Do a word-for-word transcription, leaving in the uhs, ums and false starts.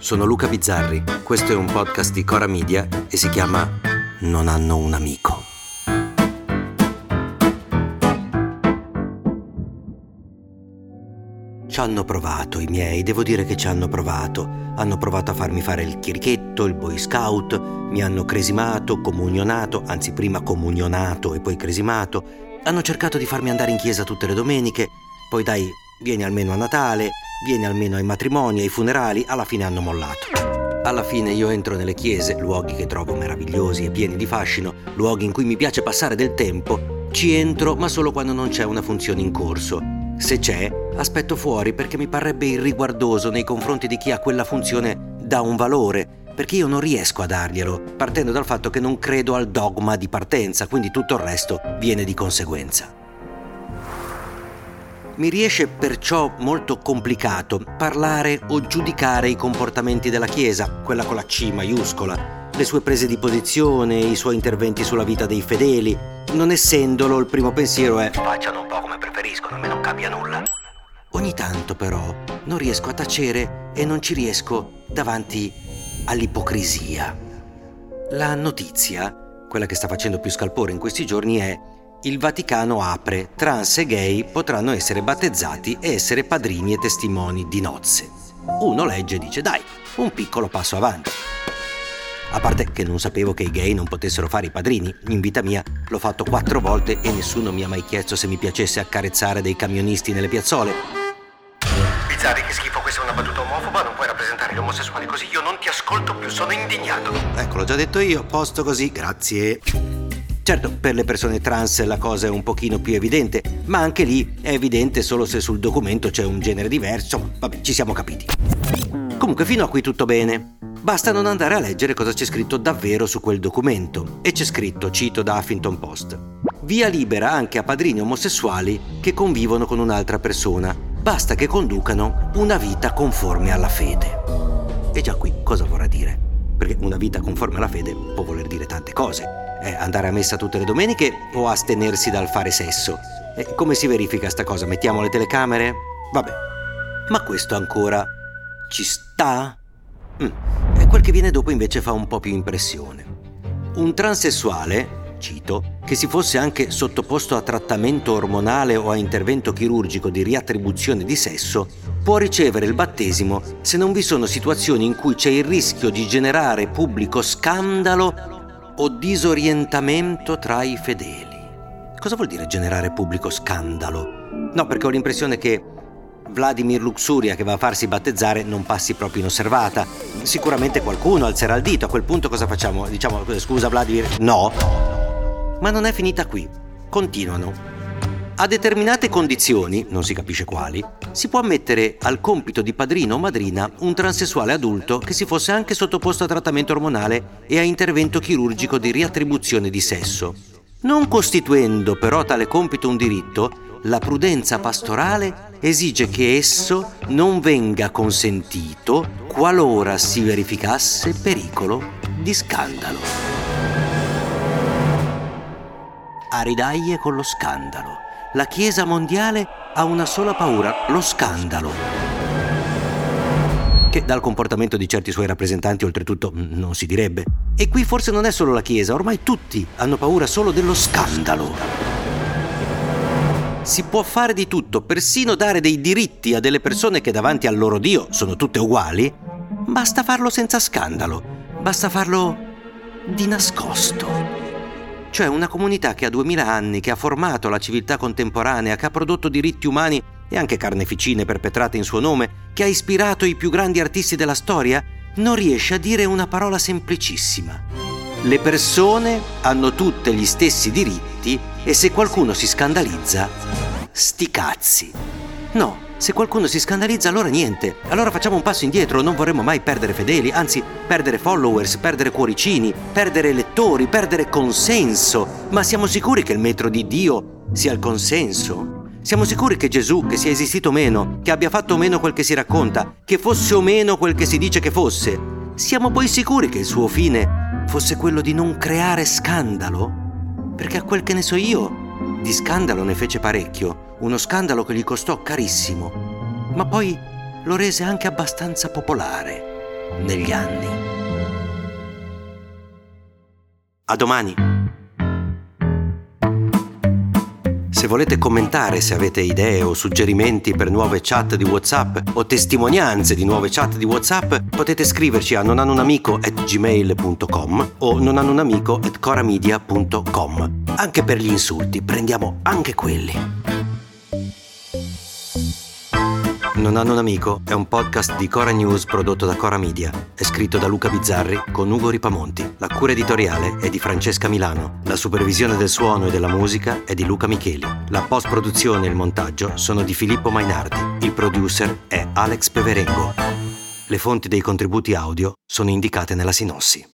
sono Luca Bizzarri, questo è un podcast di Cora Media e si chiama Non hanno un amico. Ci hanno provato i miei, devo dire che ci hanno provato. Hanno provato a farmi fare il chierichetto, il boy scout, mi hanno cresimato, comunionato, anzi prima comunionato e poi cresimato. Hanno cercato di farmi andare in chiesa tutte le domeniche, poi dai, vieni almeno a Natale, vieni almeno ai matrimoni, ai funerali, alla fine hanno mollato. Alla fine io entro nelle chiese, luoghi che trovo meravigliosi e pieni di fascino, luoghi in cui mi piace passare del tempo, ci entro ma solo quando non c'è una funzione in corso. Se c'è, aspetto fuori perché mi parrebbe irriguardoso nei confronti di chi a quella funzione dà un valore, perché io non riesco a darglielo, partendo dal fatto che non credo al dogma di partenza, quindi tutto il resto viene di conseguenza. Mi riesce perciò molto complicato parlare o giudicare i comportamenti della Chiesa, quella con la C maiuscola, le sue prese di posizione, i suoi interventi sulla vita dei fedeli. Non essendolo, il primo pensiero è facciano un po' come preferiscono, a me non cambia nulla. Ogni tanto però non riesco a tacere e non ci riesco davanti all'ipocrisia. La notizia, quella che sta facendo più scalpore in questi giorni, è: il Vaticano apre, trans e gay potranno essere battezzati e essere padrini e testimoni di nozze. Uno legge e dice dai, un piccolo passo avanti. A parte che non sapevo che i gay non potessero fare i padrini. In vita mia l'ho fatto quattro volte e nessuno mi ha mai chiesto se mi piacesse accarezzare dei camionisti nelle piazzole. Bizzarri, che schifo, questa è una battuta omofoba, non puoi rappresentare gli omosessuali così, io non ti ascolto più, sono indignato. Ecco, l'ho già detto io, posto così, grazie. Certo, per le persone trans la cosa è un pochino più evidente, ma anche lì è evidente solo se sul documento c'è un genere diverso. Insomma, vabbè, ci siamo capiti. Comunque fino a qui tutto bene. Basta non andare a leggere cosa c'è scritto davvero su quel documento. E c'è scritto, cito da Huffington Post: via libera anche a padrini omosessuali che convivono con un'altra persona. Basta che conducano una vita conforme alla fede. E già qui cosa vorrà dire? Perché una vita conforme alla fede può voler dire tante cose. Eh, andare a messa tutte le domeniche o astenersi dal fare sesso? Eh, come si verifica sta cosa? Mettiamo le telecamere? Vabbè. Ma questo ancora ci sta? Mm. E quel che viene dopo invece fa un po' più impressione. Un transessuale, cito, che si fosse anche sottoposto a trattamento ormonale o a intervento chirurgico di riattribuzione di sesso, può ricevere il battesimo se non vi sono situazioni in cui c'è il rischio di generare pubblico scandalo o disorientamento tra i fedeli. Cosa vuol dire generare pubblico scandalo? No, perché ho l'impressione che Vladimir Luxuria, che va a farsi battezzare, non passi proprio inosservata. Sicuramente qualcuno alzerà il dito. A quel punto cosa facciamo? Diciamo, scusa Vladimir, no. Ma non è finita qui. Continuano. A determinate condizioni, non si capisce quali, si può ammettere al compito di padrino o madrina un transessuale adulto che si fosse anche sottoposto a trattamento ormonale e a intervento chirurgico di riattribuzione di sesso. Non costituendo però tale compito un diritto, la prudenza pastorale esige che esso non venga consentito qualora si verificasse pericolo di scandalo. A ridaglie con lo scandalo. La Chiesa mondiale ha una sola paura, lo scandalo. Che dal comportamento di certi suoi rappresentanti oltretutto non si direbbe. E qui forse non è solo la Chiesa, ormai tutti hanno paura solo dello scandalo. Si può fare di tutto, persino dare dei diritti a delle persone che davanti al loro Dio sono tutte uguali. Basta farlo senza scandalo, basta farlo di nascosto. Cioè una comunità che ha duemila anni, che ha formato la civiltà contemporanea, che ha prodotto diritti umani e anche carneficine perpetrate in suo nome, che ha ispirato i più grandi artisti della storia, non riesce a dire una parola semplicissima. Le persone hanno tutte gli stessi diritti e se qualcuno si scandalizza, sti cazzi. No, se qualcuno si scandalizza allora niente. Allora facciamo un passo indietro, non vorremmo mai perdere fedeli, anzi perdere followers, perdere cuoricini, perdere lettori, perdere consenso. Ma siamo sicuri che il metro di Dio sia il consenso? Siamo sicuri che Gesù, che sia esistito o meno, che abbia fatto o meno quel che si racconta, che fosse o meno quel che si dice che fosse, siamo poi sicuri che il suo fine fosse quello di non creare scandalo? Perché a quel che ne so io, di scandalo ne fece parecchio, uno scandalo che gli costò carissimo, ma poi lo rese anche abbastanza popolare. negli anni. A domani! Se volete commentare, se avete idee o suggerimenti per nuove chat di WhatsApp o testimonianze di nuove chat di WhatsApp, potete scriverci a nonhanunamico at gmail punto com o nonhanunamico at coramedia punto com. Anche per gli insulti, prendiamo anche quelli. Non hanno un amico è un podcast di Cora News prodotto da Cora Media. È scritto da Luca Bizzarri con Ugo Ripamonti. La cura editoriale è di Francesca Milano. La supervisione del suono e della musica è di Luca Micheli. La post-produzione e il montaggio sono di Filippo Mainardi. Il producer è Alex Peverengo. Le fonti dei contributi audio sono indicate nella sinossi.